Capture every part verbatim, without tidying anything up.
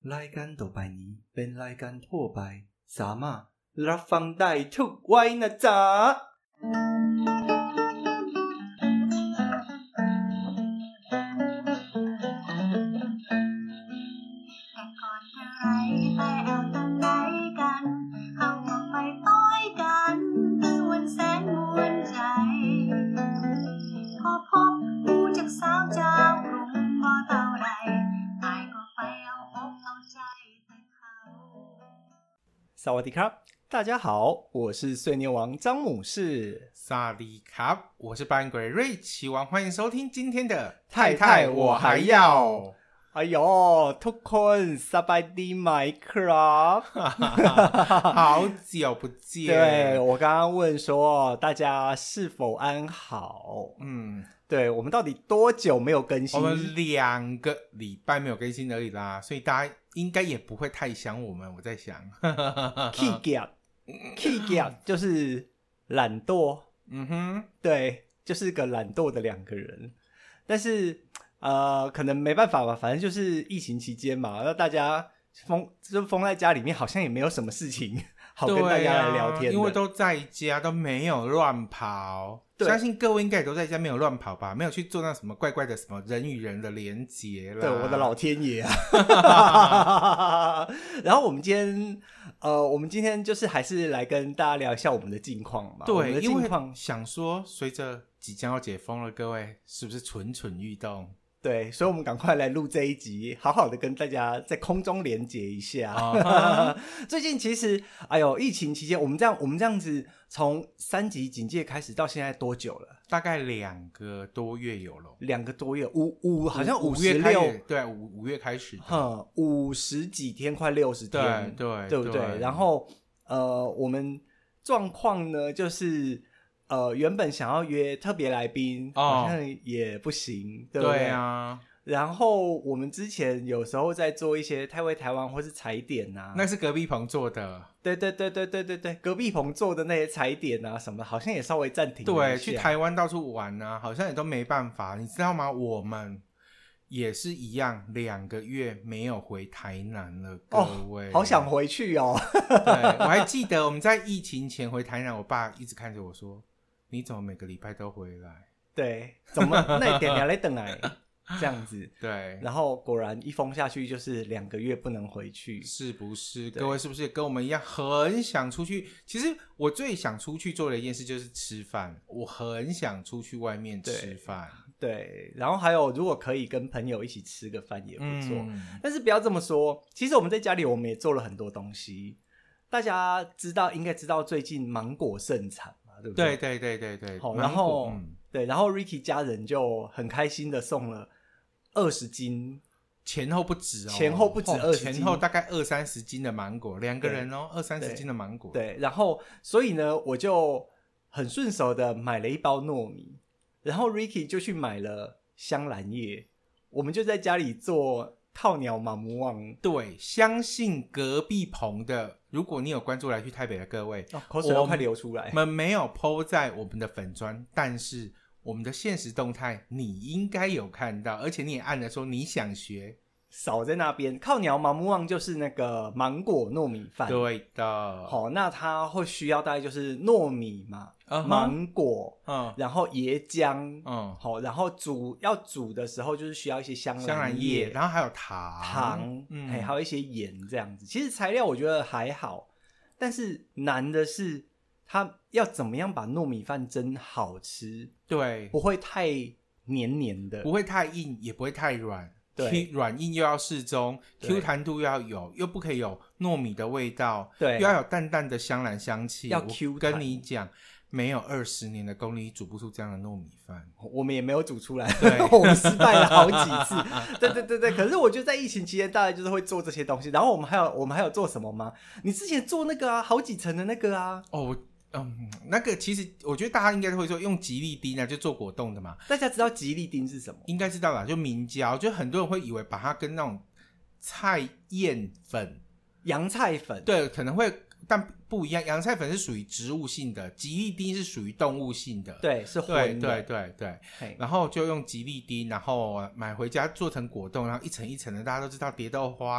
รายการต่อไปนี้เป็นรายการทั่วไปสามารถรับฟังได้ทุกวัยนะจ๊ะสวัสดีครับ大家好我是碎念王张姆士萨利卡我是扮鬼瑞奇王欢迎收听今天的太太我还要哎呦ทุกคนสบายดีไหมครับ好久不见对我刚刚问说大家是否安好嗯对我们到底多久没有更新我们两个礼拜没有更新而已啦所以大家应该也不会太想我们我在想气夹气夹就是懒惰嗯哼对就是个懒惰的两个人但是呃可能没办法吧反正就是疫情期间嘛那大家封就封在家里面好像也没有什么事情好跟大家来聊天的、 啊、因为都在家都没有乱跑相信各位应该也都在家没有乱跑吧没有去做那什么怪怪的什么人与人的连结啦对我的老天爷啊然后我们今天呃，我们今天就是还是来跟大家聊一下我们的近况嘛对我们的近况因为想说随着即将要解封了各位是不是蠢蠢欲动对所以我们赶快来录这一集好好的跟大家在空中连结一下、uh-huh. 最近其实哎呦疫情期间我们这样我们这样子从三级警戒开始到现在多久了大概两个多月有了两个多月五五好像五十六对五五月开始的五十几天快六十天对对对不对, 对然后呃我们状况呢就是呃，原本想要约特别来宾、哦、好像也不行对不对? 对啊然后我们之前有时候在做一些太尉台湾或是踩点啊那是隔壁棚做的对对对对对对对隔壁棚做的那些踩点啊什么好像也稍微暂停了一下对去台湾到处玩啊好像也都没办法你知道吗我们也是一样两个月没有回台南了各位、 哦、好想回去哦对我还记得我们在疫情前回台南我爸一直看着我说你怎么每个礼拜都回来对怎么那点点来等来这样子对然后果然一封下去就是两个月不能回去是不是各位是不是跟我们一样很想出去其实我最想出去做的一件事就是吃饭我很想出去外面吃饭对, 对然后还有如果可以跟朋友一起吃个饭也不错、嗯、但是不要这么说其实我们在家里我们也做了很多东西大家知道应该知道最近芒果盛产对不对？ 对对对对对， 好，然后、嗯、对，然后 Ricky 家人就很开心的送了二十斤， 前后不止哦， 前后不止二十斤， 前后大概二三十斤的芒果，两个人哦，二三十斤的芒果。 对，然后所以呢，我就很顺手的买了一包糯米，然后 Ricky 就去买了香兰叶，我们就在家里做套鸟马姆旺。 对，相信隔壁棚的。如果你有关注来去台北的各位、 哦、口水都快流出来我们没有 po 在我们的粉专但是我们的限时动态你应该有看到而且你也按了说你想学少在那边靠鸟麻木旺就是那个芒果糯米饭对的好那它会需要大概就是糯米嘛、uh-huh. 芒果、嗯、然后椰浆嗯，好然后煮要煮的时候就是需要一些香兰 叶, 香兰叶然后还有糖糖、嗯、还有一些盐这样子其实材料我觉得还好但是难的是它要怎么样把糯米饭蒸好吃对不会太黏黏的不会太硬也不会太软对软硬又要适中 Q 弹度又要有又不可以有糯米的味道对又要有淡淡的香兰香气要 Q 我跟你讲没有二十年的功力煮不出这样的糯米饭我们也没有煮出来对我们失败了好几次对对对对可是我觉得在疫情期间大家就是会做这些东西然后我们还有我们还有做什么吗你之前做那个啊好几层的那个啊哦嗯，那个其实我觉得大家应该会说用吉利丁啊就做果冻的嘛大家知道吉利丁是什么应该知道啦就明胶就很多人会以为把它跟那种菜燕粉洋菜粉对可能会但不一样洋菜粉是属于植物性的吉利丁是属于动物性的对是荤的对对对对然后就用吉利丁然后买回家做成果冻然后一层一层的大家都知道蝶豆花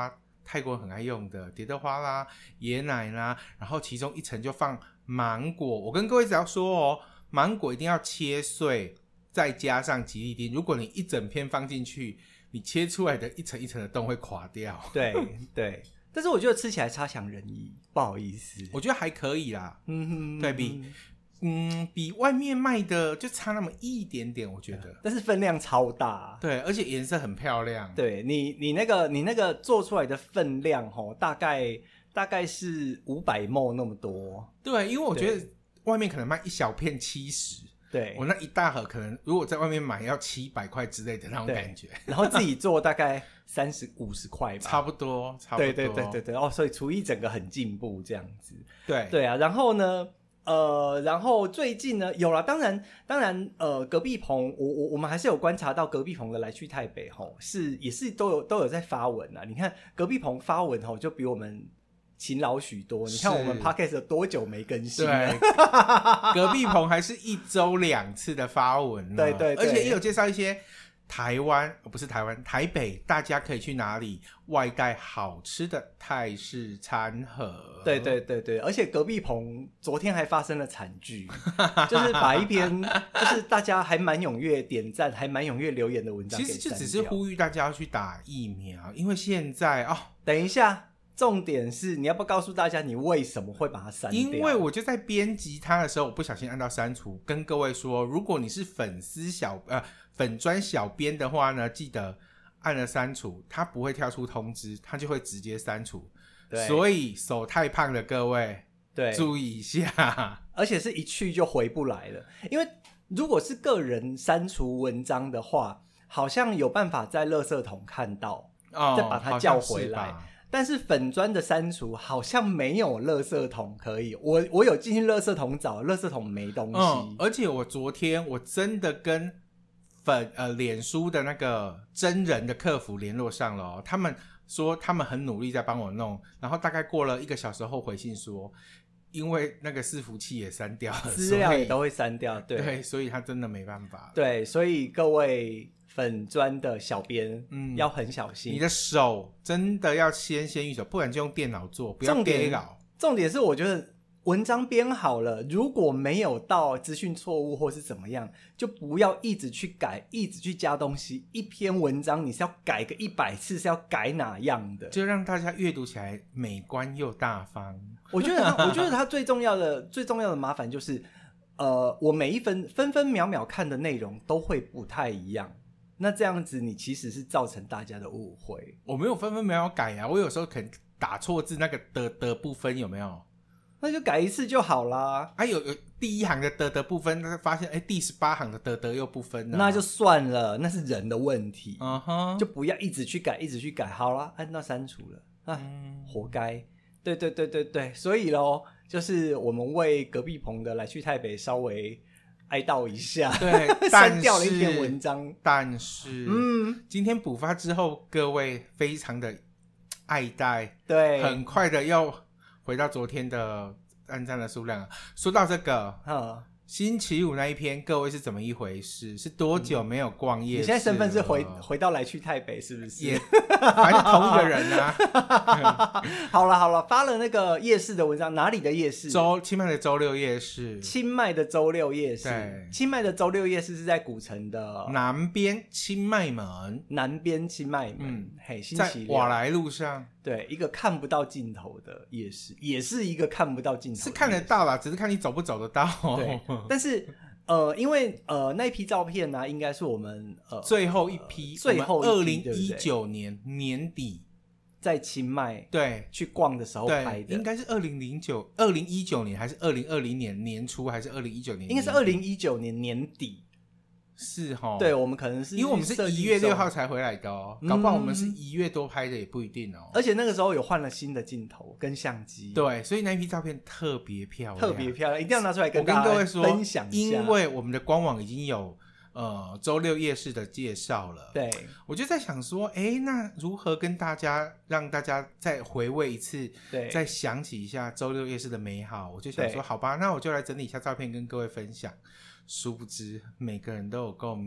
泰国很爱用的蝶豆花啦、椰奶啦，然后其中一层就放芒果。我跟各位只要说哦，芒果一定要切碎，再加上吉利丁。如果你一整片放进去，你切出来的一层一层的洞会垮掉。 对对，但是我觉得吃起来差强人意，不好意思， 我觉得还可以啦。 嗯哼， 对比。嗯，比外面卖的就差那么一点点，我觉得， 但是分量超大， 对，而且颜色很漂亮。 对你，你那个你那个做出来的分量吼，大概大概是五百 ml 那么多。 对，因为我觉得外面可能卖一小片七十，对，我那一大盒可能如果在外面买要七百块之类的那种感觉， 然后自己做大概三十五十块吧， 差不多，差不多。 对对对对对，哦，所以厨艺整个很进步这样子。 对对啊，然后呢？呃，然后最近呢，有了，当然，当然，呃，隔壁棚，我我我们还是有观察到隔壁棚的来去台北吼，是也是都有都有在发文啊。你看隔壁棚发文吼，就比我们勤劳许多。你看我们 podcast 有多久没更新了？ 对，隔壁棚还是一周两次的发文， 对, 对对， 而且也有介绍一些。台湾不是台湾，台北大家可以去哪里外带好吃的泰式餐盒？ 对对对对，而且隔壁棚昨天还发生了惨剧，就是把一篇就是大家还蛮踊跃点赞、还蛮踊跃留言的文章给删掉。 其实就只是呼吁大家要去打疫苗，因为现在哦， 等一下。重点是你要不要告诉大家你为什么会把它删掉？ 因为我就在编辑它的时候，我不小心按到删除，跟各位说，如果你是粉丝小呃粉专小编的话呢，记得按了删除，它不会跳出通知，它就会直接删除。对，所以手太胖的各位，对，注意一下， 而且是一去就回不来了。因为如果是个人删除文章的话，好像有办法在垃圾桶看到，哦、再把它叫回来。但是粉专的删除好像没有垃圾桶可以，我我有进去垃圾桶找，垃圾桶没东西。 嗯，而且我昨天我真的跟粉呃脸书的那个真人的客服联络上了、哦，他们说他们很努力在帮我弄，然后大概过了一个小时后回信说，因为那个伺服器也删掉了， 资料也都会删掉，对对，所以他真的没办法。 对，所以各位。粉专的小编，嗯，要很小心。 你的手真的要纤纤玉手，不然就用电脑做，不要编稿。 重点是，我觉得文章编好了，如果没有到资讯错误或是怎么样，就不要一直去改，一直去加东西。一篇文章你是要改个一百次，是要改哪样的？ 就让大家阅读起来美观又大方。 我觉得它，我觉得它最重要的、最重要的麻烦就是，呃，我每一分分分秒秒看的内容都会不太一样。那这样子你其实是造成大家的误会。 我没有分分秒秒改啊，我有时候可能打错字，那个的的部分有没有？ 那就改一次就好啦。 啊有有第一行的的的部分，发现哎第十八行的的的又不分了、啊， 那就算了，那是人的问题。 嗯哼， 就不要一直去改，一直去改。好啦，按到删除了啊、嗯，活该。对对对对对，所以咯，就是我们为隔壁棚的来去台北稍微哀悼一下， 对， 删掉了一篇文章。 但是，嗯，今天补发之后，各位非常的爱戴， 对， 很快的又回到昨天的按赞的数量了。说到这个，嗯，星期五那一篇，各位是怎么一回事？是多久没有逛夜市、嗯？ 你现在身份是回回到来去台北，是不是？ 也反正同一个人啊。 好了好了，发了那个夜市的文章，哪里的夜市？ 周清迈的周六夜市。 清迈的周六夜市。 对， 清迈的周六夜市是在古城的南边清迈门。 南边清迈门，嗯，嘿，星期六在瓦来路上。 对，一个看不到尽头的夜市，也是一个看不到尽头的夜市。 是看得到啦，只是看你走不走得到。 对，但是呃，因为呃那一批照片呢、啊，应该是我们呃最后一批， 呃、最后二零一九年年底在清迈对去逛的时候拍的， 应该是二零零九、二零一九年还是二零二零年年初，还是二零一九年？ 应该是二零一九年年底。 是齁， 对，我们可能是因为我们是一月六号才回来的哦，搞不好我们是一月多拍的也不一定哦。 而且那个时候有换了新的镜头跟相机， 对，所以那一批照片特别漂亮， 特别漂亮，一定要拿出来跟大家分享一下。因为我们的官网已经有呃周六夜市的介绍了， 对， 我就在想说，哎，那如何跟大家让大家再回味一次，对，再想起一下周六夜市的美好？我就想说，好吧，那我就来整理一下照片跟各位分享。殊不知每个人都有共鸣。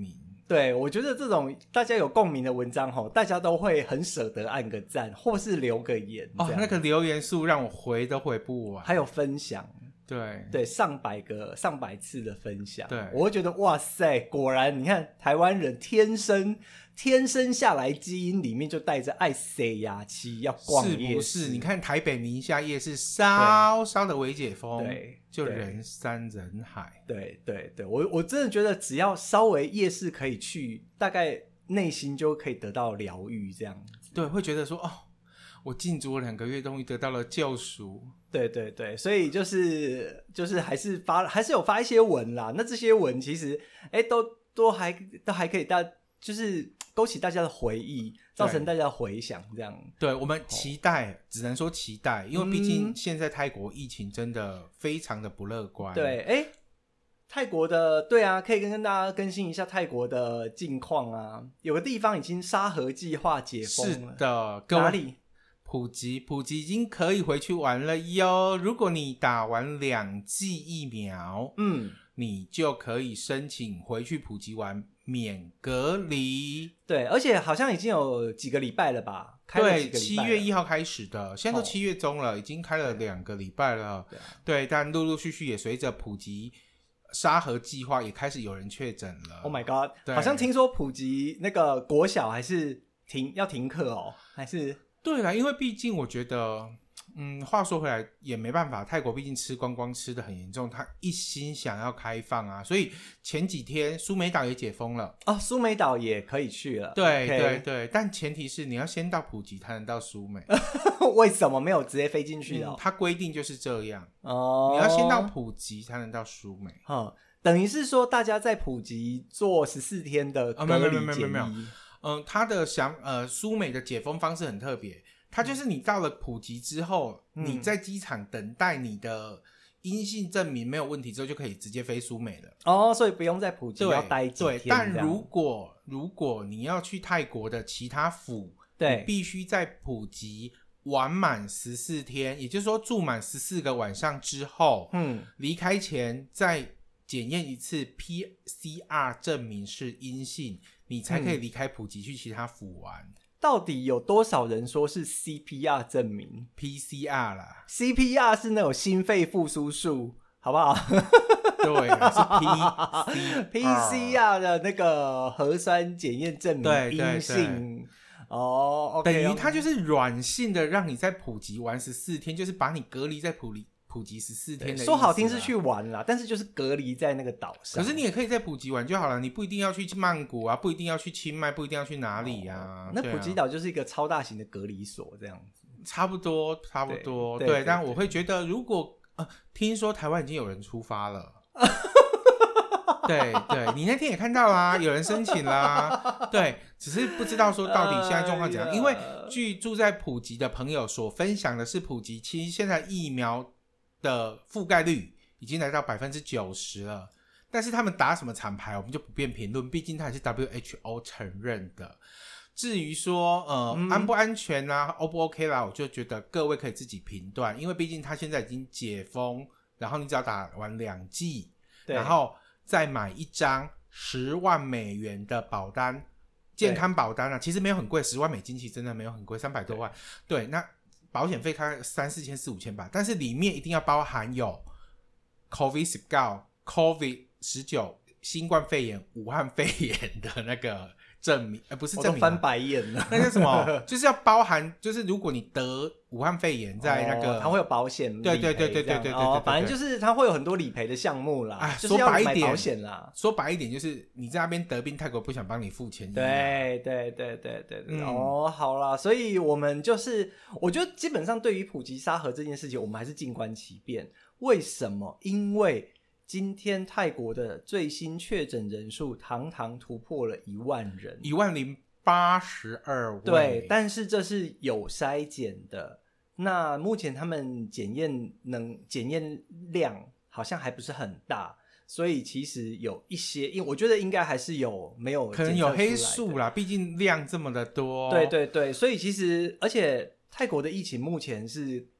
对，我觉得这种大家有共鸣的文章吼，大家都会很舍得按个赞，或是留个言。 哦，那个留言数让我回都回不完， 还有分享。 对对，上百个上百次的分享， 对， 我会觉得哇塞，果然你看台湾人天生天生下来基因里面就带着爱塞牙期要逛夜市， 是不是？你看台北宁夏夜市稍稍的微解封， 对， 就人山人海。 对对对，我我真的觉得只要稍微夜市可以去，大概内心就可以得到疗愈，这样子。 对，会觉得说哦，我禁足了两个月，终于得到了救赎。 对对对，所以就是就是还是发还是有发一些文啦。那这些文其实哎都都还都还可以大就是勾起大家的回忆，造成大家的回响，这样。 对，我们期待、哦、只能说期待，因为毕竟现在泰国疫情真的非常的不乐观。 对，哎，泰国的对啊，可以跟跟大家更新一下泰国的近况啊。有个地方已经沙盒计划解封了， 是的，各位哪里？ 普吉，普吉已经可以回去玩了哟。如果你打完两剂疫苗，嗯，你就可以申请回去普吉玩，免隔离。 对，而且好像已经有几个礼拜了吧？开了几个礼拜了。 对，七月一号开始的，现在都七月中了，哦、已经开了两个礼拜了。对, 啊、对，但陆陆续续也随着普吉沙盒计划也开始有人确诊了。 Oh my god！ 好像听说普吉那个国小还是停要停课哦，还是？ 对啦，因为毕竟我觉得，嗯，话说回来也没办法，泰国毕竟吃观光吃得很严重，他一心想要开放啊，所以前几天苏梅岛也解封了哦，苏梅岛也可以去了。 对、okay. 对对，但前提是你要先到普吉才能到苏梅。 为什么没有直接飞进去的、哦嗯？它规定就是这样哦，你要先到普吉才能到苏梅。 嗯，等于是说大家在普吉做十四天的隔离检疫。 嗯，他的想呃苏美的解封方式很特别，它就是你到了普吉之后、嗯、你在机场等待你的阴性证明没有问题之后就可以直接飞苏美了。 哦，所以不用在普吉要待几天。 对，但如果如果你要去泰国的其他府，对，你必须在普吉玩满十四天，也就是说住满十四个晚上之后，嗯，离开前再检验一次 P C R 证明是阴性，你才可以离开普吉去其他府玩、嗯、 到底有多少人说是 C P R 证明？ P C R 啦， C P R 是那种心肺复苏术，好不好？ 对，是 P C R 的那个核酸检验证明阴性。哦、oh, okay, 等于它就是软性的让你在普吉玩十四天，就是把你隔离在普吉普吉十四天的意思。 说好听是去玩啦，但是就是隔离在那个岛上。 可是你也可以在普吉玩就好了，你不一定要去曼谷啊，不一定要去清迈，不一定要去哪里啊。 哦、那普吉岛就是一个超大型的隔离所这样子。 差不多，差不多， 对, 对, 对, 对, 对。但我会觉得，如果呃，听说台湾已经有人出发了。对对，你那天也看到啦，有人申请啦，对，只是不知道说到底现在状况怎样。因为据住在普吉的朋友所分享的是，普吉其实现在疫苗的覆盖率已经来到百分之九十了，但是他们打什么厂牌我们就不便评论，毕竟它也是 W H O 承认的。至于说呃、嗯、安不安全啦 O 不 OK 啦，我就觉得各位可以自己评断，因为毕竟它现在已经解封，然后你只要打完两剂，然后再买一张十万美元的保单，健康保单啊，其实没有很贵，十万美金其实真的没有很贵，三百多万。对，那保险费开三四千四五千吧，但是里面一定要包含有 COVID 十九、COVID 十九、新冠肺炎、武汉肺炎的那个证明，呃，不是证明、啊， 我都翻白眼了。 那叫什么？就是要包含，就是如果你得武汉肺炎，在那个， 哦、它会有保险理赔， 对对对对对对对对， 哦，反正就是它会有很多理赔的项目啦。啊，就是要买保险啦。 说白一点，就是你在那边得病，泰国不想帮你付钱。 对对对对对对、嗯，哦，好啦，所以我们就是，我觉得基本上对于普吉沙盒这件事情，我们还是静观其变。为什么？因为今天泰国的最新确诊人数堂堂突破了一万人， 一万零八十二位。 对，但是这是有筛检的。那目前他们检验能检验量好像还不是很大，所以其实有一些，因为我觉得应该还是有没有可能有黑数啦，毕竟量这么的多。 对对对，所以其实而且泰国的疫情目前是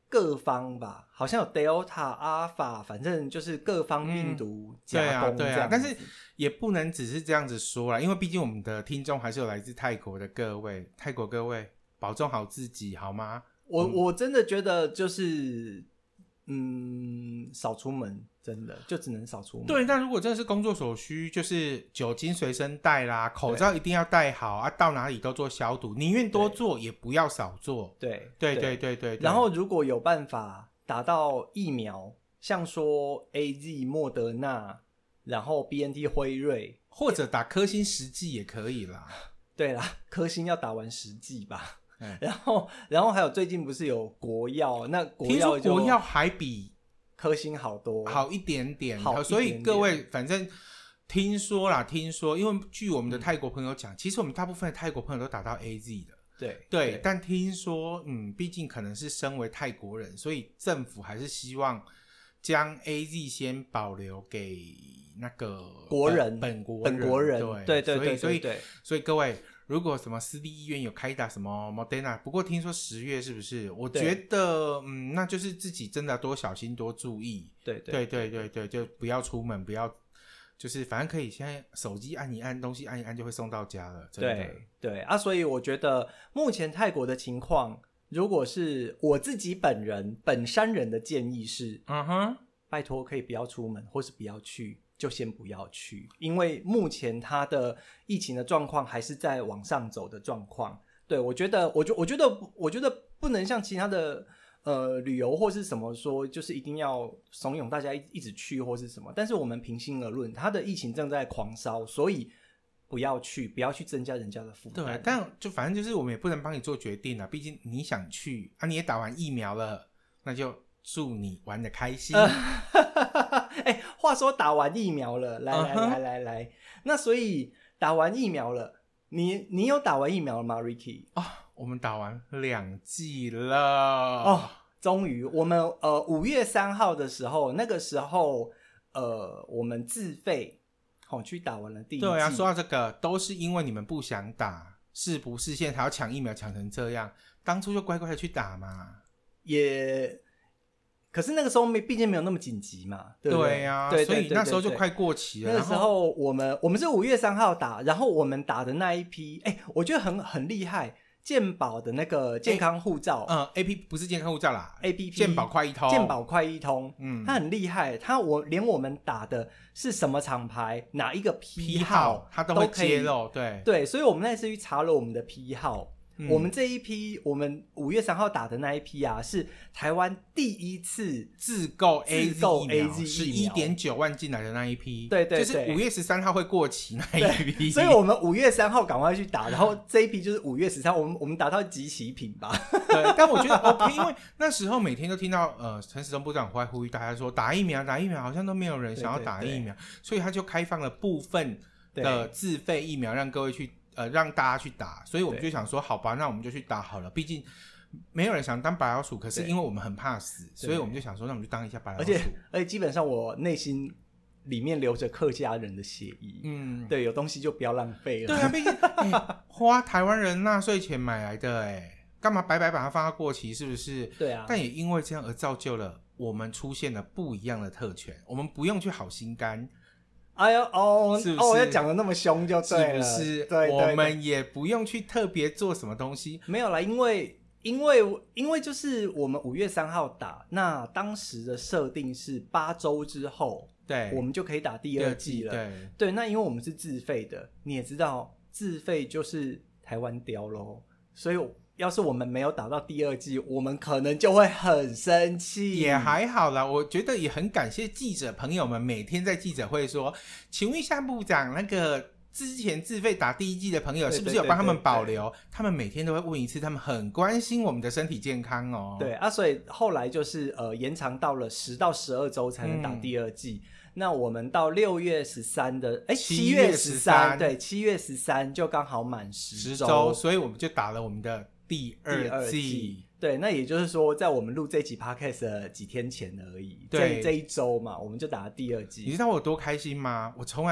各方吧，好像有 Delta、Alpha， 反正就是各方病毒加工、嗯、 对啊对啊，但是也不能只是这样子说啦，因为毕竟我们的听众还是有来自泰国的各位，泰国各位保重好自己好吗？ 我、嗯、我真的觉得就是嗯，少出门，真的就只能少出门。 对，但如果真的是工作所需，就是酒精随身带啦，口罩一定要戴好啊，到哪里都做消毒，宁愿多做也不要少做。 对对对对 对, 对。 然后如果有办法打到疫苗，像说 A Z、莫德纳，然后 B N T 辉瑞， 或者打科兴十剂也可以啦。 对啦，科兴要打完十剂吧。然后然后还有最近不是有国药，那国药就听说国药还比科兴好多， 好一点点， 好一点点。 所以各位反正听说啦，听说，因为据我们的泰国朋友讲、嗯、其实我们大部分的泰国朋友都打到 A Z 的。 对对, 对， 但听说嗯，毕竟可能是身为泰国人，所以政府还是希望将 A Z 先保留给那个国人本国人本国人。对对对对对， 所以所以所以各位，如果什么私立医院有开打什么 Moderna， 不过听说十月是不是？我觉得嗯，那就是自己真的多小心多注意。 对对对对对对，就不要出门，不要就是反正可以，现在手机按一按，东西按一按就会送到家了。真的。 对对啊，所以我觉得目前泰国的情况，如果是我自己本人本山人的建议是， 嗯哼， 拜托可以不要出门，或是不要去。就先不要去，因为目前它的疫情的状况还是在往上走的状况。对，我觉得，我觉我觉得，我觉得不能像其他的呃旅游或是什么说，就是一定要怂恿大家一一直去或是什么。但是我们平心而论，它的疫情正在狂烧，所以不要去，不要去增加人家的负担。 对，但就反正就是我们也不能帮你做决定啊，毕竟你想去啊，你也打完疫苗了，那就祝你玩得开心。 哎，话说打完疫苗了，来来来来来， uh-huh. 那所以打完疫苗了，你你有打完疫苗了吗 ，Ricky？ 哦，我们打完两剂了哦，终于，我们呃五月三号的时候，那个时候呃我们自费好、哦、去打完了第一剂。 对啊，说到这个，都是因为你们不想打，是不是？现在还要抢疫苗抢成这样，当初就乖乖的去打嘛。 也。可是那个时候没，毕竟没有那么紧急嘛，对不对？ 对啊， 对， 所以那时候就快过期了。 那时候我们我们是五月三号打，然后我们打的那一批，哎，我觉得很很厉害，健保的那个健康护照， 嗯 ，A P P 不是健康护照啦 ，A P P 健保快一通， 健保快一通， 嗯， 它很厉害，它我连我们打的是什么厂牌，哪一个批号， 它都会揭露，对对，所以我们那次去查了我们的批号。嗯、我们这一批，我们五月三号打的那一批啊，是台湾第一次自购 A Z 疫苗，是 一点九 万进来的那一批。 对对对， 就是五月十三号会过期那一批。 所以我们五月三号赶快去打，然后这一批就是五月十三，我们我们打到即期品吧。 对，但我觉得 OK， 因为那时候每天都听到呃陈时中部长会呼吁大家说打疫苗打疫苗，好像都没有人想要打疫苗，对对对，所以他就开放了部分的自费疫苗让各位去。呃，让大家去打，所以我们就想说，好吧，那我们就去打好了。毕竟没有人想当白老鼠，可是因为我们很怕死，所以我们就想说，那我们就当一下白老鼠。 而且，而且基本上我内心里面流着客家人的血意，嗯，对，有东西就不要浪费了。 对啊，毕竟、欸、花台湾人纳税钱买来的、欸，哎，干嘛白白把它放到过期？是不是？ 对啊。 但也因为这样而造就了我们出现了不一样的特权，我们不用去好心肝。 哎呦哦， 是不是哦，要讲的那么凶就对了， 是不是？ 对， 我们也不用去特别做什么东西， 没有啦，因为因为因为就是我们五月三号打，那当时的设定是八周之后， 对， 我们就可以打第二剂了， 对对。那因为我们是自费的，你也知道，自费就是台湾雕咯，所以。要是我们没有打到第二剂，我们可能就会很生气。 也还好啦，我觉得也很感谢记者朋友们每天在记者会说，请问一下部长，那个之前自费打第一剂的朋友是不是有帮他们保留？对对对对，他们每天都会问一次，他们很关心我们的身体健康哦。 对啊，所以后来就是呃延长到了十到十二周才能打第二剂。嗯，那我们到六月十三的，哎，七月十三，对，七月十三就刚好满十周， 所以我们就打了我们的第二季。 对，那也就是说，在我们录这集 podcast 的几天前而已， 对， 这这一周嘛，我们就打了第二季。 你知道我有多开心吗？我从来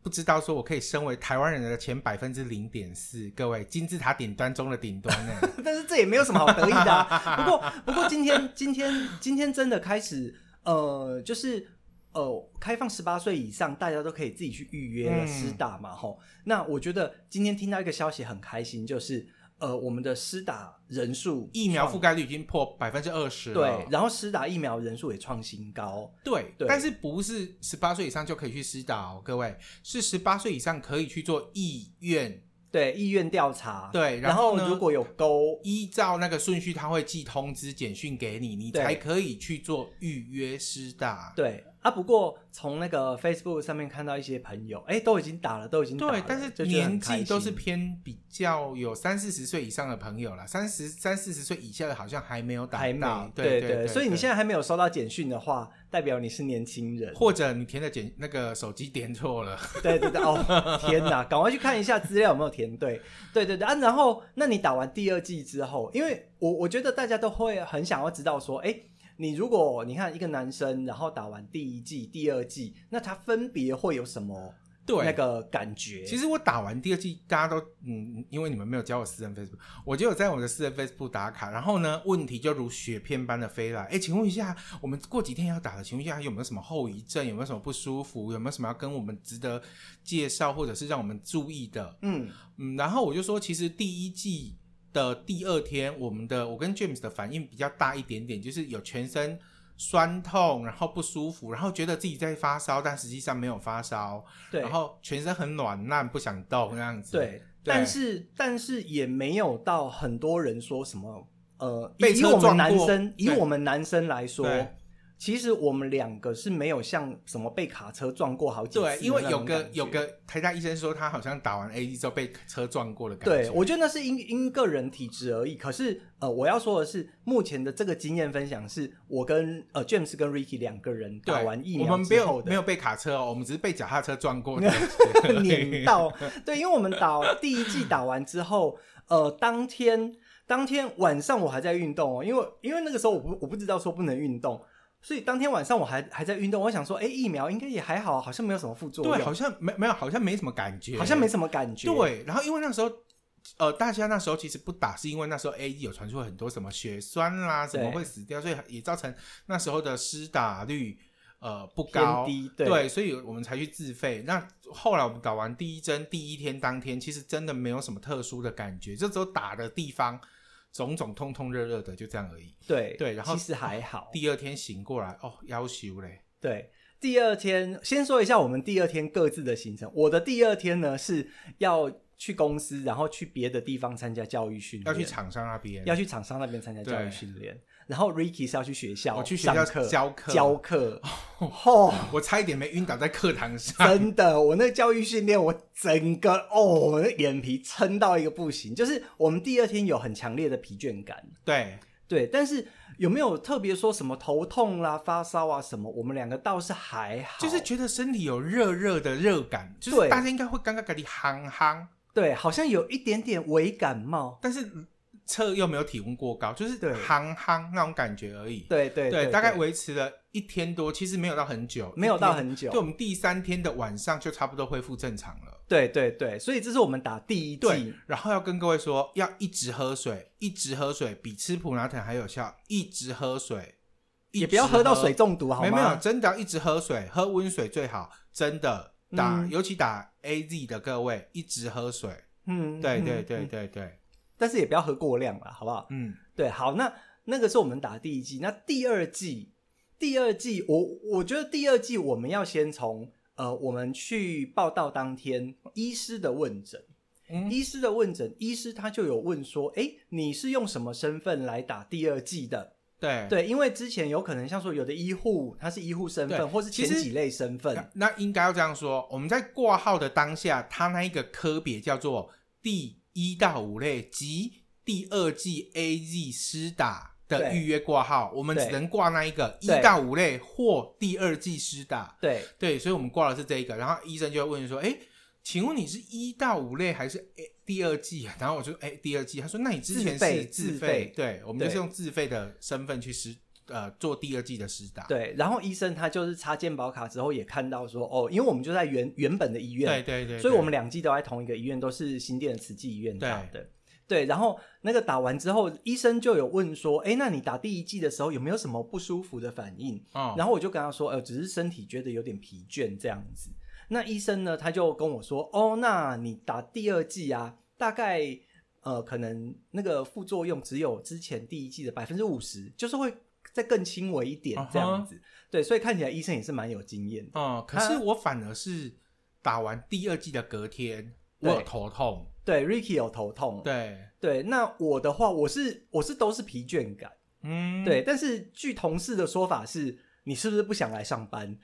不知道说我可以身为台湾人的前百分之零点四，各位金字塔顶端中的顶端呢。 但是这也没有什么好得意的啊。不过不过今天今天今天真的开始呃，就是呃，开放十八岁以上，大家都可以自己去预约了施打嘛，吼、嗯。那我觉得今天听到一个消息很开心，就是呃，我们的施打人数疫苗覆盖率已经破百分之二十了， 对，然后施打疫苗人数也创新高， 对，对，但是不是十八岁以上就可以去施打哦，各位，是十八岁以上可以去做意愿。 对，意愿调查， 对， 然后如果有勾， 依照那个顺序，他会寄通知简讯给你，你才可以去做预约施打。 对啊，不过从那个 Facebook 上面看到一些朋友，哎，都已经打了，都已经打了， 对，但是年纪都是偏比较有三四十岁以上的朋友啦，三十三四十岁以下的好像还没有打到， 还没，对 对, 对, 对，所以你现在还没有收到简讯的话，代表你是年轻人， 或者你填的简那个手机点错了， 对对对，哦天哪，赶快去看一下资料有没有填对，对对对啊，然后那你打完第二剂之后，因为我我觉得大家都会很想要知道说，哎。你如果你看一个男生，然后打完第一剂、第二剂，那他分别会有什么那个感觉？ 其实我打完第二剂，大家都嗯，因为你们没有加我私人 Facebook， 我就有在我的私人 Facebook 打卡，然后呢，问题就如雪片般的飞来。哎，请问一下，我们过几天要打的，请问一下有没有什么后遗症？有没有什么不舒服？有没有什么要跟我们值得介绍，或者是让我们注意的？嗯嗯，然后我就说，其实第一剂的第二天，我们的我跟 James 的反应比较大一点点，就是有全身酸痛，然后不舒服，然后觉得自己在发烧，但实际上没有发烧，对，然后全身很软烂，不想动那样子。 对，对，但是但是也没有到很多人说什么呃，被车撞过，以我们男生以我们男生来说。其实我们两个是没有像什么被卡车撞过好几次的那种感觉。对， 因为有个有个台大医生说他好像打完 A Z 之后被车撞过的感觉。 对，我觉得那是因因个人体质而已。可是呃，我要说的是，目前的这个经验分享是我跟呃 James 跟 Ricky 两个人打完疫苗之后的。 我们没有没有被卡车哦，我们只是被脚踏车撞过的碾到。对，因为我们打第一剂打完之后，呃，当天当天晚上我还在运动哦，因为因为那个时候我不我不知道说不能运动。所以当天晚上我还还在运动，我想说，哎，疫苗应该也还好，好像没有什么副作用。 对，好像没没有，好像没什么感觉， 好像没什么感觉。 对，然后因为那时候，呃，大家那时候其实不打，是因为那时候 A Z 有传出很多什么血栓啦，什么会死掉，所以也造成那时候的施打率呃不高， 偏低。对， 对，所以我们才去自费。那后来我们打完第一针第一天当天，其实真的没有什么特殊的感觉，就只有打的地方。种种痛痛热热的就这样而已。 对对，然后其实还好、哦。 第二天醒过来，哦，夭寿嘞。 对，第二天先说一下我们第二天各自的行程。我的第二天呢是要去公司，然后去别的地方参加教育训练， 要去厂商那边， 要去厂商那边参加教育训练。然后 Ricky 是要去学校， 我去学校教课， 教课。哦， 我差一点没晕倒在课堂上。 真的，我那教育训练，我整个哦，我的眼皮撑到一个不行。就是我们第二天有很强烈的疲倦感。 对对，但是有没有特别说什么头痛啦、发烧啊什么？我们两个倒是还好， 就是觉得身体有热热的热感，就是大家应该会刚刚给你夯夯。 对，好像有一点点微感冒， 但是测又没有体温过高，就是夯夯那种感觉而已。 对对 对, 对，大概维持了一天多，其实没有到很久， 没有到很久。 对，我们第三天的晚上就差不多恢复正常了。 对对对，所以这是我们打第一剂。 然后要跟各位说，要一直喝水，一直喝水，比吃普拿疼还有效。一直喝水， 也不要喝到水中毒好吗？ 没有，真的要一直喝水，喝温水最好。真的打、嗯，尤其打 A Z 的各位，一直喝水。嗯，对对对对对、嗯， 但是也不要喝过量了，好不好？嗯，对，好，那那个是我们打第一剂，那第二剂，第二剂，我我觉得第二剂我们要先从呃，我们去报到当天医师的问诊、嗯，医师的问诊，医师他就有问说，哎，你是用什么身份来打第二剂的？ 对对，因为之前有可能像说有的医护他是医护身份，或是前几类身份， 那, 那应该要这样说，我们在挂号的当下，他那一个科别叫做第一到五类及第二剂 A Z 施打的预约挂号，我们只能挂那一个一到五类或第二剂施打。 对对，所以我们挂的是这一个，然后医生就会问说，哎，请问你是一到五类还是第二剂啊？然后我就哎第二剂，他说那你之前是自费，自费对，我们就是用自费的身份去施呃做第二季的施打。 对，然后医生他就是插健保卡之后也看到说，哦，因为我们就在原原本的医院， 对对 对, 对， 所以我们两剂都在同一个医院，都是新店的慈济医院打的。对对，然后那个打完之后，医生就有问说，哎，那你打第一剂的时候有没有什么不舒服的反应？哦、然后我就跟他说，呃，只是身体觉得有点疲倦这样子。那医生呢，他就跟我说，哦，那你打第二剂啊，大概呃可能那个副作用只有之前第一剂的百分之五十，就是会再更轻微一点这样子。Uh-huh. 对，所以看起来医生也是蛮有经验的。 嗯，可是我反而是打完第二剂的隔天，我有头痛。 对 ，Ricky 有头痛。对对，那我的话，我是我是都是疲倦感。嗯，对，但是据同事的说法是，你是不是不想来上班？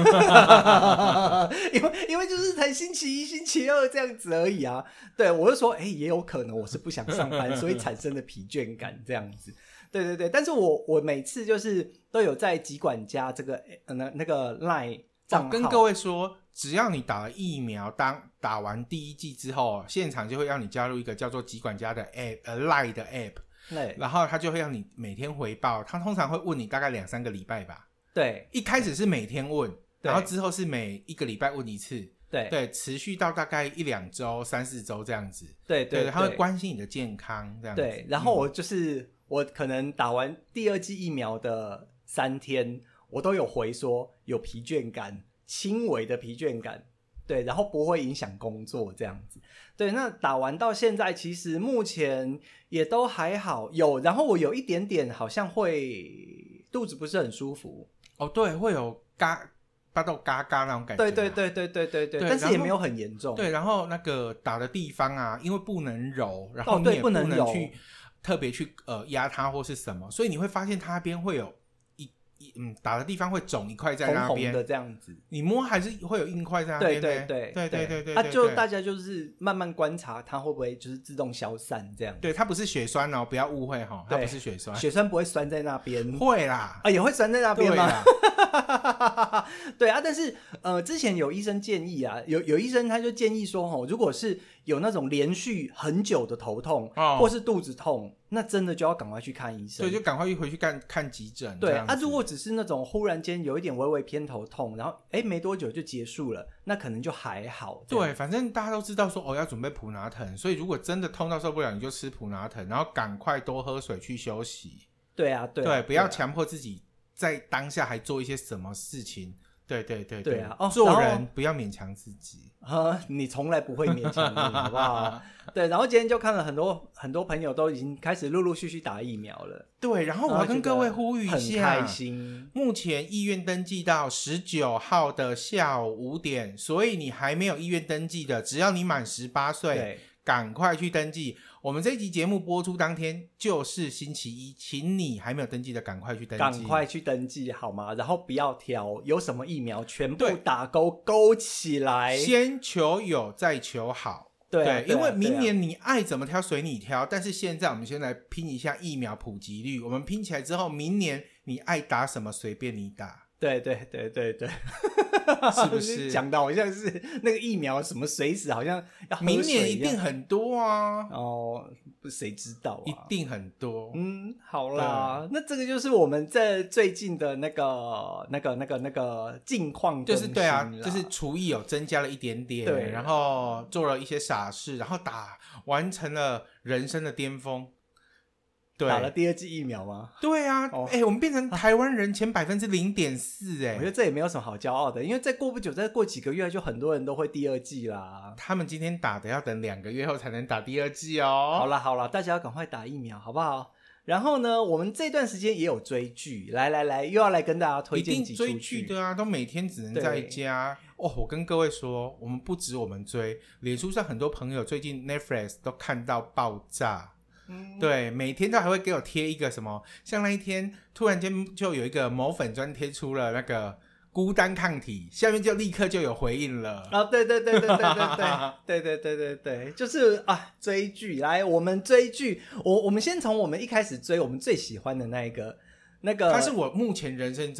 因为因为就是才星期一、星期二这样子而已啊。对，我就说，哎、欸，也有可能我是不想上班，所以产生的疲倦感这样子。对对对，但是我我每次就是都有在疾管家这个呃那那个 Line 账号、 哦、跟各位说，只要你打了疫苗，当打完第一剂之后，现场就会让你加入一个叫做疾管家的 app， 呃 Line 的 app， 然后他就会让你每天回报，他通常会问你大概两三个礼拜吧。 对， 一开始是每天问，然后之后是每一个礼拜问一次。 对对，持续到大概一两周、三四周这样子。 对 对, 对， 他会关心你的健康这样子。 对，然后我就是、嗯、我可能打完第二剂疫苗的三天，我都有回说有疲倦感，轻微的疲倦感。对，然后不会影响工作这样子。对，那打完到现在，其实目前也都还好。有，然后我有一点点好像会肚子不是很舒服。 哦，对，会有嘎。发到嘎嘎那种感觉、啊、 对对对对对对 对, 对，但是也没有很严重。 对，然后那个打的地方啊，因为不能揉，然后你也不能去特别去呃压它或是什么，所以你会发现它那边会有一一嗯打的地方会肿一块在那边， 红红的这样子， 你摸还是会有硬块在那边。 对对对对对对对， 啊，就大家就是慢慢观察它会不会就是自动消散这样。 对，它不是血栓哦，不要误会哈，它不是血栓， 血栓不会栓在那边。 会啦， 啊也会栓在那边吗？对啊，但是呃，之前有医生建议啊，有有医生他就建议说，哦，如果是有那种连续很久的头痛、哦、或是肚子痛，那真的就要赶快去看医生。 对，就赶快回去看看急诊。 对啊，如果只是那种忽然间有一点微微偏头痛，然后哎没多久就结束了，那可能就还好。 对，反正大家都知道说哦要准备普拿疼，所以如果真的痛到受不了，你就吃普拿疼，然后赶快多喝水去休息。 对啊，对啊， 对，不要强迫自己在当下还做一些什么事情。对对对对, 对啊、哦， 做人不要勉强自己。 呃，你从来不会勉强你，好不好？对，然后今天就看了很多很多朋友都已经开始陆陆续续打疫苗了。 对，然后我要跟各位呼吁一下， 很开心。 目前意愿登记到十九号的下午五点，所以你还没有意愿登记的，只要你满十八岁，赶快去登记。我们这一集节目播出当天就是星期一，请你还没有登记的赶快去登记， 赶快去登记好吗？然后不要挑，有什么疫苗全部打勾勾起来， 先求有再求好。 对, 对, 啊、 对，因为明年你爱怎么挑随你挑，但是现在我们先来拼一下疫苗普及率，我们拼起来之后，明年你爱打什么随便你打。 对对对对对， 是不是讲到好像是那个疫苗什么随时好像要喝水一样， 明年一定很多啊。 哦，谁知道啊， 一定很多。 嗯，好啦，那这个就是我们在最近的那个那个那个那个近况， 就是对啊，就是厨艺有增加了一点点，对，然后做了一些傻事，然后打完成了人生的巅峰。对， 打了第二剂疫苗吗？ 对啊，哎、哦欸，我们变成台湾人前百分之零点四，哎， 我觉得这也没有什么好骄傲的，因为再过不久，再过几个月，就很多人都会第二剂啦。 他们今天打的要等两个月后才能打第二剂哦。 好啦好啦，大家要赶快打疫苗，好不好？然后呢，我们这段时间也有追剧，来来来，又要来跟大家推荐几出剧。 一定追剧的啊，都每天只能在家哦。我跟各位说，我们不止我们追，脸书上很多朋友最近 Netflix 都看到爆炸。嗯、对，每天都还会给我贴一个什么，像那一天突然间就有一个某粉专贴出了那个孤单抗体，下面就立刻就有回应了啊！对对对对对对对对对对对对，就是啊，追剧来，我们追剧，我我们先从我们一开始追我们最喜欢的那一个那个， 它是我目前人生中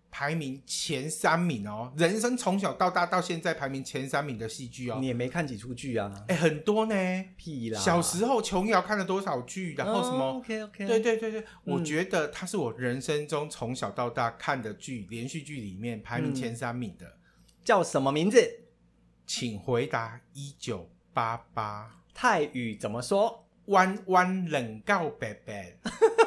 排名前三名哦，人生从小到大到现在排名前三名的戏剧哦。 你也没看几出剧啊？ 哎、欸，很多呢。 屁啦！ 小时候琼瑶看了多少剧，然后什么、 哦、？OK OK。 对对对对，嗯、我觉得它是我人生中从小到大看的剧，连续剧里面排名前三名的。嗯、 叫什么名字？ 请回答一九八八。 泰语怎么说？ 弯弯冷告白白。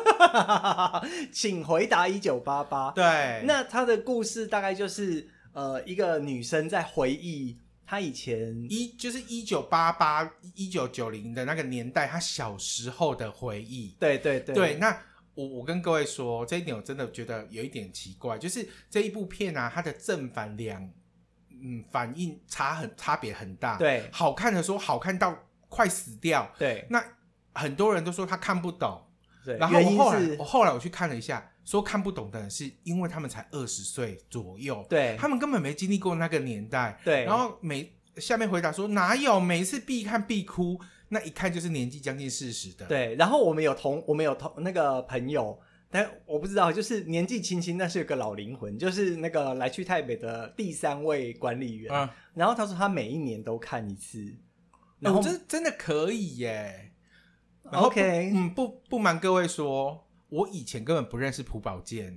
请回答一九八八。 对， 那他的故事大概就是呃，一个女生在回忆她以前一就是一九八八一九九零的那个年代，她小时候的回忆。 对对对对，那我我跟各位说这一点，我真的觉得有一点奇怪，就是这一部片啊，它的正反两嗯反应差很差别很大。 对， 好看的说好看到快死掉。 对， 那很多人都说他看不懂。 对， 然后我后来我后来我去看了一下，说看不懂的人是因为他们才二十岁左右， 对， 他们根本没经历过那个年代， 对。 然后每下面回答说哪有，每次必看必哭，那一看就是年纪将近四十的。 对，然后我们有同我们有同那个朋友，但我不知道，就是年纪轻轻，但是有个老灵魂，就是那个来去台北的第三位管理员，嗯、然后他说他每一年都看一次， 然后、哦、这真的可以耶。 OK， 嗯，不不瞒各位说，我以前根本不认识朴宝剑，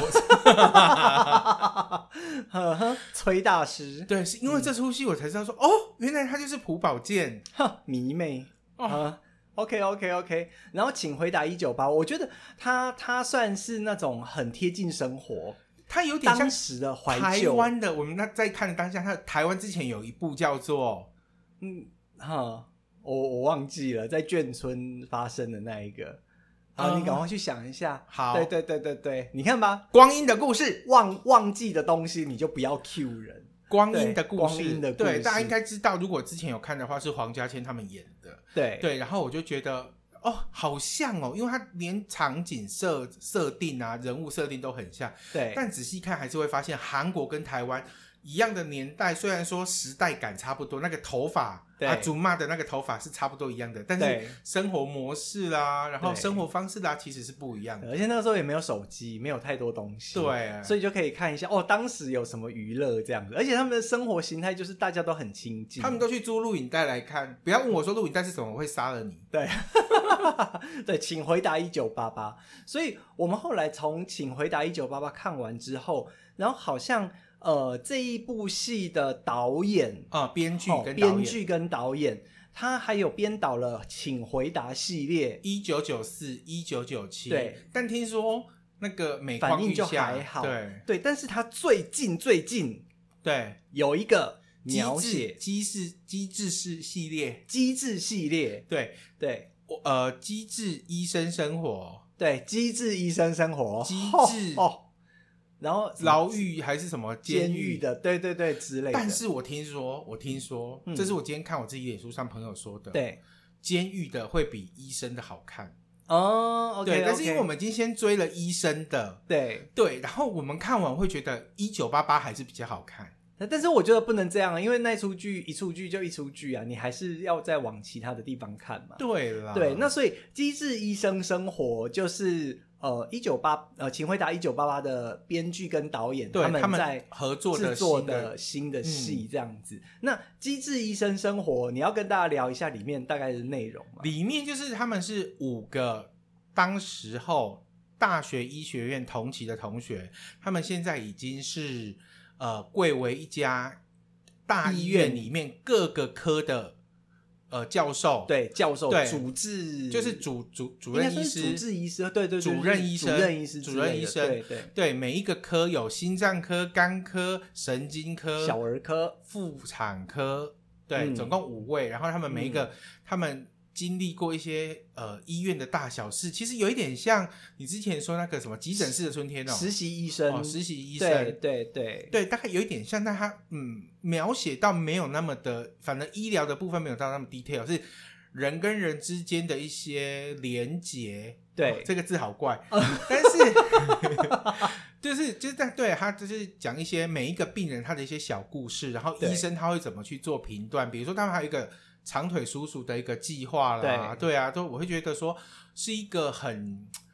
崔大师。 对，是因为这出戏我才知道说，嗯、哦，原来他就是朴宝剑， 迷妹。 哦、 uh, OK OK OK， 然后请回答一九八，我觉得他他算是那种很贴近生活， 他有点像当时的怀旧。台湾的，我们那在看的当下，他台湾之前有一部叫做嗯哈。我我忘记了，在眷村发生的那一个，好，嗯、你赶快去想一下。 好， 对对对对对，你看吧， 光阴的故事， 忘忘记的东西你就不要 cue 人。 光阴的故事， 光阴的故事， 对，大家应该知道，如果之前有看的话，是黄家千他们演的。 对对，然后我就觉得哦，好像哦，因为他连场景设设定啊，人物设定都很像。 对， 但仔细看还是会发现，韩国跟台湾一样的年代，虽然说时代感差不多，那个头发啊，祖玛的那个头发是差不多一样的，但是生活模式啦，然后生活方式啦，其实是不一样的。 而且那个时候也没有手机，没有太多东西， 对， 所以就可以看一下哦，当时有什么娱乐这样子。而且他们的生活形态就是大家都很亲近， 他们都去租录影带来看。不要问我说录影带是什么，我会杀了你。 对，对，请回答一九八八。所以我们后来从请回答一九八八看完之后，然后好像。呃，这一部戏的导演啊，编剧跟编剧跟导演，他还有编导了《请回答》系列， 一九九四、一九九七。 对， 但听说那个每反应就还好， 对对，但是他最近最近对有一个描写机智机智式系列， 机智系列， 对对， 呃，机智医生生活， 对，机智医生生活， 机智哦。然后牢狱还是什么监狱的，对对对之类的。 但是我听说，我听说，嗯、这是我今天看我自己脸书上朋友说的。 对， 监狱的会比医生的好看哦。OK，, 对，但是因为我们已经先追了医生的， 对对，然后我们看完会觉得一九八八还是比较好看。 但是我觉得不能这样，因为那出剧一出剧就一出剧啊，你还是要再往其他的地方看嘛。 对啦， 对，那所以《机智医生生活》就是呃一九八呃，请回答一九八八的编剧跟导演他们在合作的制作的新的戏这样子。嗯、那《机智医生生活》，你要跟大家聊一下里面大概的内容吗？ 里面就是他们是五个当时候大学医学院同期的同学，他们现在已经是。呃，贵为一家大医院里面各个科的呃教授， 对教授， 对主治就是主主主任医师， 主治医师，对对对， 主任医生， 主任医师， 主任医生， 对对对，每一个科有心脏科、肝科、神经科、 小儿科、 妇产科，对， 嗯、 总共五位，然后他们每一个、嗯、他们。经历过一些呃医院的大小事，其实有一点像你之前说那个什么急诊室的春天哦， 实习医生， 哦，实习医生， 对对对对，大概有一点像，但他嗯描写到没有那么的，反正医疗的部分没有到那么 detail， 是人跟人之间的一些连结。 对、 哦，这个字好怪，但是就是就是在对他就是讲一些每一个病人他的一些小故事，然后医生他会怎么去做评断，比如说他们还有一个。长腿叔叔的一个计划啦，对, 对啊，都我会觉得说是一个很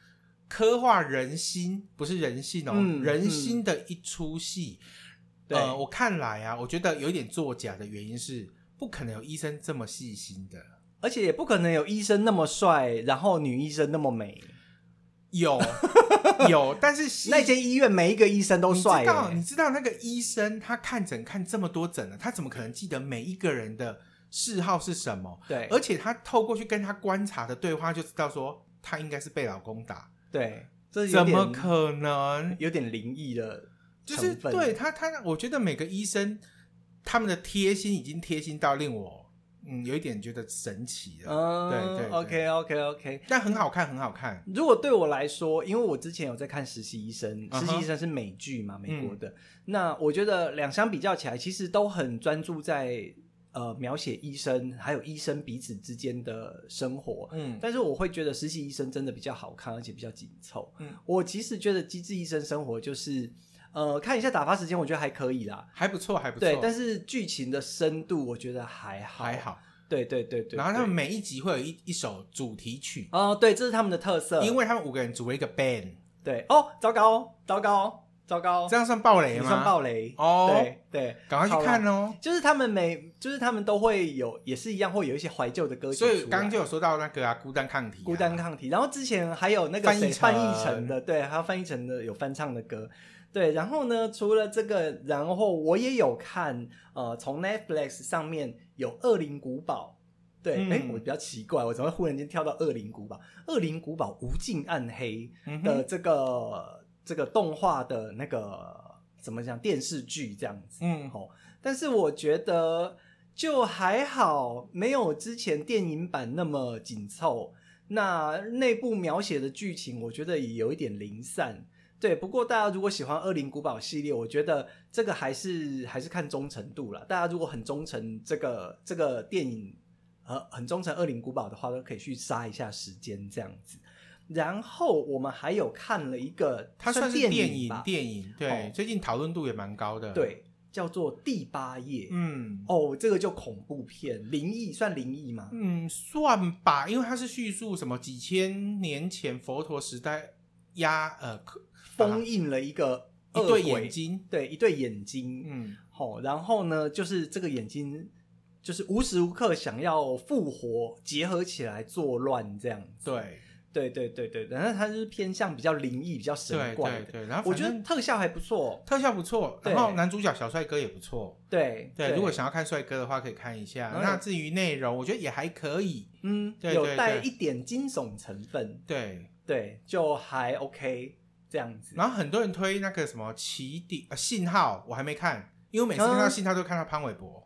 刻画人心，不是人性哦， 嗯、 人心的一出戏。 嗯、 呃，我看来啊，我觉得有一点作假的原因是，不可能有医生这么细心的， 而且也不可能有医生那么帅，然后女医生那么美。 有有，但是那间医院每一个医生都帅、欸。 你知道，你知道那个医生他看诊看这么多诊了，他怎么可能记得每一个人的嗜好是什么？ 对， 而且他透过去跟他观察的对话，就知道说他应该是被老公打。 对，这怎么可能？ 有点灵异的就是对他他，我觉得每个医生他们的贴心已经贴心到令我。嗯，有一点觉得神奇了，嗯，对对对 ，OK OK OK， 但很好看，很好看。 如果对我来说，因为我之前有在看实习医生，实习医生是美剧嘛，美国的，嗯、那我觉得两相比较起来，其实都很专注在呃描写医生还有医生彼此之间的生活，嗯，但是我会觉得实习医生真的比较好看，而且比较紧凑。嗯，我其实觉得机智医生生活就是。呃，看一下打发时间，我觉得还可以啦， 还不错，还不错。 对，但是剧情的深度，我觉得还好， 还好。 对对对 对, 对。 然后他们每一集会有一一首主题曲， 哦，对，这是他们的特色， 因为他们五个人组了一个 band。 对，哦，糟糕，糟糕，糟糕， 这样算爆雷吗？ 算爆雷哦。 对对， 赶快去看哦。 就是他们每，就是他们都会有，也是一样会有一些怀旧的歌曲。 所以刚刚就有说到那个啊，孤单抗体、啊， 孤单抗体。然后之前还有那个谁范逸臣的，对，还有范逸臣的有翻唱的歌。对，然后呢，除了这个，然后我也有看，呃，从 Netflix 上面有《恶灵古堡》。对，哎、嗯，我比较奇怪，我怎么会忽然间跳到《恶灵古堡》？《恶灵古堡：无尽暗黑》的这个、嗯、这个动画的那个怎么讲电视剧这样子，嗯，好、哦，但是我觉得就还好，没有之前电影版那么紧凑。那内部描写的剧情，我觉得也有一点零散。对，不过大家如果喜欢《恶灵古堡》系列，我觉得这个还是还是看忠诚度啦。大家如果很忠诚这个这个电影，呃，很忠诚《恶灵古堡》的话，都可以去杀一下时间这样子。然后我们还有看了一个， 它算是电影吧，电影对、哦，最近讨论度也蛮高的。 对，叫做《第八页》。嗯，哦，这个就恐怖片，灵异算灵异吗？ 嗯，算吧，因为它是叙述什么几千年前佛陀时代压呃。 封印了一个一对眼睛， 对，一对眼睛，嗯，好、哦，然后呢，就是这个眼睛，就是无时无刻想要复活，结合起来作乱这样子。 对， 对，对，对，对，然后它就是偏向比较灵异、比较神怪的。 对，对，对，然后我觉得特效还不错， 特效不错，然后男主角小帅哥也不错。 对， 对，如果想要看帅哥的话，可以看一下。嗯、那至于内容，我觉得也还可以， 嗯，对对对，有带一点惊悚成分。 对， 对，就还 OK。这样子， 然后很多人推那个什么起底呃信号，我还没看，因为每次看到信号都看到潘玮柏。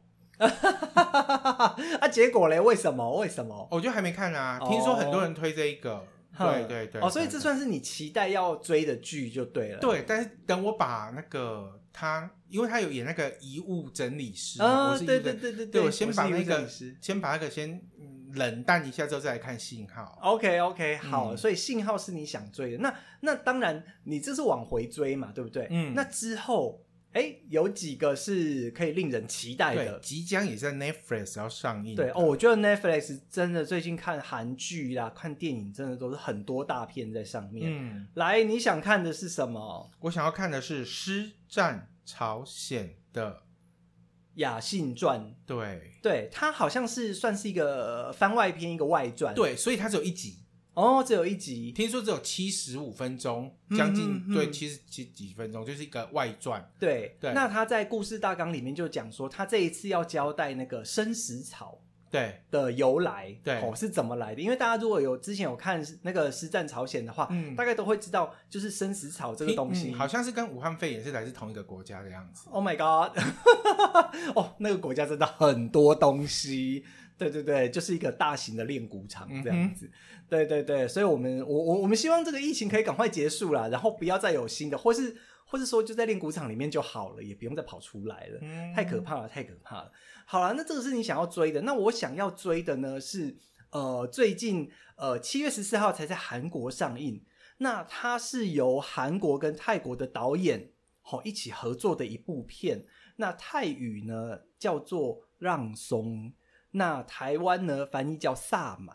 啊，结果嘞？为什么？为什么？ 我就还没看啊，哦、听说很多人推这一个，对对对。 哦，所以这算是你期待要追的剧就对了。 对，但是等我把那个他，因为他有演那个遗物整理师，啊、我是对对对对对，我先把那个先把那个先。冷淡一下之后再来看信号。 OK OK 好、嗯、所以信号是你想追的，那那当然你这是往回追嘛，对不对？嗯，那之后哎，有几个是可以令人期待的， 对，即将也在 Netflix 要上映。 对哦，我觉得 Netflix 真的最近看韩剧啦看电影真的都是很多大片在上面。嗯，来，你想看的是什么？ 我想要看的是师战朝鲜的雅信传。 对对，它好像是算是一个番外篇，一个外传。 对，所以它只有一集哦，只有一集， 听说只有七十五分钟，将近、嗯、对七十几几分钟，就是一个外传。 对对，那他在故事大纲里面就讲说，他这一次要交代那个生死草对的由来， 对、 哦、是怎么来的？因为大家如果有之前有看那个师战朝鲜的话、嗯，大概都会知道，就是生死草这个东西、 嗯，好像是跟武汉肺炎是来自同一个国家的样子。 Oh my god！ 哦，那个国家真的很多东西。对对对，就是一个大型的炼蛊场这样子、嗯、对对对，所以我们我我我们希望这个疫情可以赶快结束啦，然后不要再有新的，或是或是说就在炼蛊场里面就好了，也不用再跑出来了、嗯、太可怕了太可怕了。好啦，那这个是你想要追的，那我想要追的呢是呃最近呃七月十四号才在韩国上映，那它是由韩国跟泰国的导演好、哦、一起合作的一部片，那泰语呢叫做让松，那台湾呢翻译叫萨满。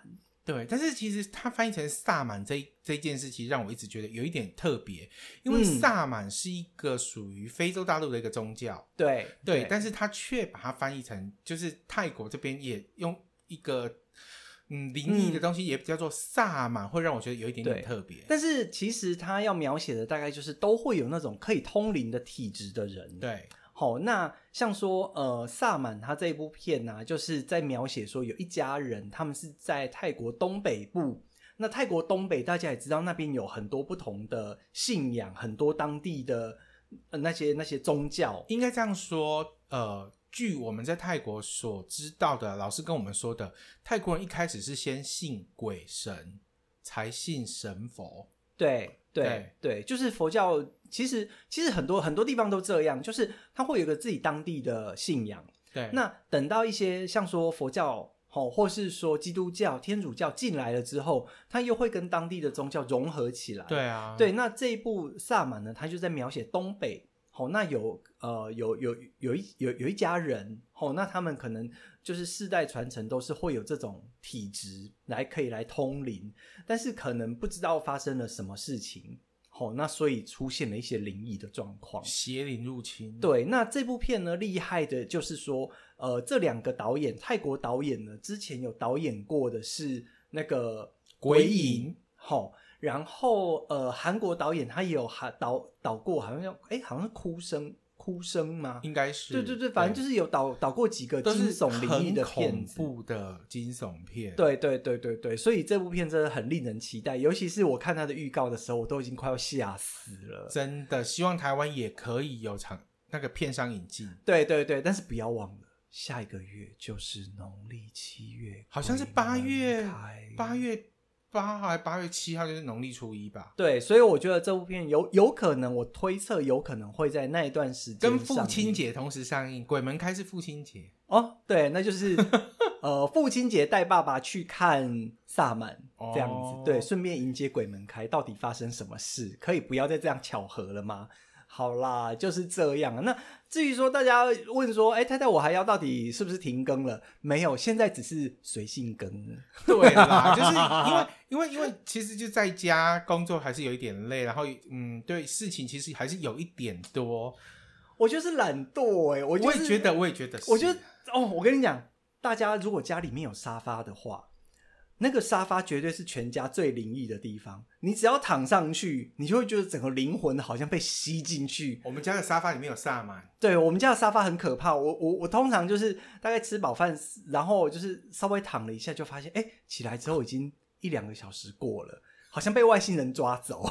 对，但是其实它翻译成萨满这这件事其实让我一直觉得有一点特别，因为萨满是一个属于非洲大陆的一个宗教， 对对, 对，但是它却把它翻译成就是泰国这边也用一个嗯灵异的东西也叫做萨满、嗯、会让我觉得有一点点特别。 但是其实他要描写的大概就是都会有那种可以通灵的体质的人。 对， 好、哦，那像说呃萨满他这一部片啊，就是在描写说有一家人他们是在泰国东北部，那泰国东北大家也知道那边有很多不同的信仰，很多当地的、呃、那些那些宗教。 应该这样说，呃据我们在泰国所知道的，老师跟我们说的，泰国人一开始是先信鬼神才信神佛。 对对 对, 对，就是佛教其实其实很多很多地方都这样，就是他会有一个自己当地的信仰。 对， 那等到一些像说佛教、哦、或是说基督教天主教进来了之后，他又会跟当地的宗教融合起来。 对啊， 对，那这一部萨满呢，他就在描写东北。哦、那有呃有有有一有有一家人、哦、那他们可能就是世代传承都是会有这种体质来可以来通灵，但是可能不知道发生了什么事情、哦、那所以出现了一些灵异的状况， 邪灵入侵。 对，那这部片呢厉害的就是说呃这两个导演泰国导演呢之前有导演过的是那个鬼影， 好、哦，然后呃，韩国导演他也有导导过，好像哎，好像是哭声哭声吗？ 应该是。 对对对，反正就是有导导过几个惊悚灵异的片子， 很恐怖的惊悚片。 对对对对对，所以这部片真的很令人期待，尤其是我看他的预告的时候，我都已经快要吓死了。 真的，希望台湾也可以有场那个片商引进。 对对对，但是不要忘了，下一个月就是农历七月， 好像是八月八月。八还八月七号就是农历初一吧。 对，所以我觉得这部片有有可能，我推测有可能会在那一段时间跟父亲节同时上映。鬼门开是父亲节哦，对，那就是呃父亲节带爸爸去看萨满这样子、哦、对，顺便迎接鬼门开。到底发生什么事？可以不要再这样巧合了吗？好啦，就是这样。那至于说大家问说哎，太太我还要到底是不是停更了？没有，现在只是随性更。 对啦，就是因为因为因为其实就在家工作还是有一点累，然后嗯，对，事情其实还是有一点多。 我就是懒惰哎、欸，我、就是、 我也觉得我也觉得是。 我觉得哦，我跟你讲，大家如果家里面有沙发的话，那个沙发绝对是全家最灵异的地方，你只要躺上去，你就会觉得整个灵魂好像被吸进去。 我们家的沙发里面有萨满。 对，我们家的沙发很可怕，我我我通常就是大概吃饱饭，然后就是稍微躺了一下，就发现哎，起来之后已经一两个小时过了，好像被外星人抓走。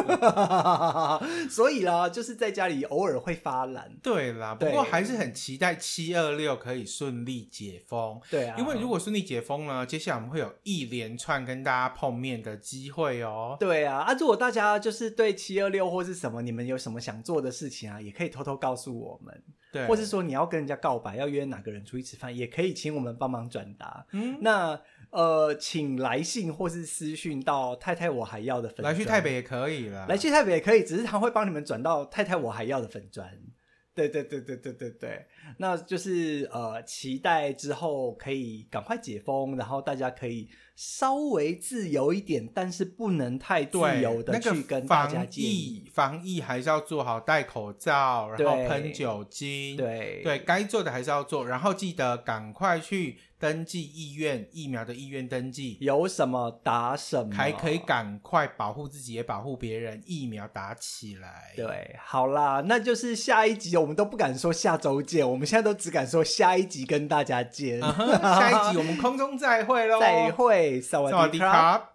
所以啦，就是在家里偶尔会发懒。 对啦，不过还是很期待七二六可以顺利解封。 对啊， 因为如果顺利解封呢，接下来我们会有一连串跟大家碰面的机会哦。 对啊，啊，如果大家就是对七二六或是什么，你们有什么想做的事情啊，也可以偷偷告诉我们。 对， 或是说你要跟人家告白，要约哪个人出去吃饭，也可以请我们帮忙转达。 嗯， 那呃，请来信或是私讯到太太我还要的粉专， 来去台北也可以啦， 来去台北也可以，只是他会帮你们转到太太我还要的粉专。对对对对对对对，那就是呃，期待之后可以赶快解封，然后大家可以稍微自由一点，但是不能太自由的去跟大家建议。 防疫还是要做好，戴口罩，然后喷酒精， 对对，该做的还是要做，然后记得赶快去登记意愿，疫苗的意愿登记， 有什么打什么， 还可以赶快保护自己也保护别人，疫苗打起来。 对，好啦，那就是下一集我们都不敢说下周见，我们现在都只敢说下一集跟大家见。 uh-huh, 下一集我们空中再会咯。 再会，萨瓦迪卡。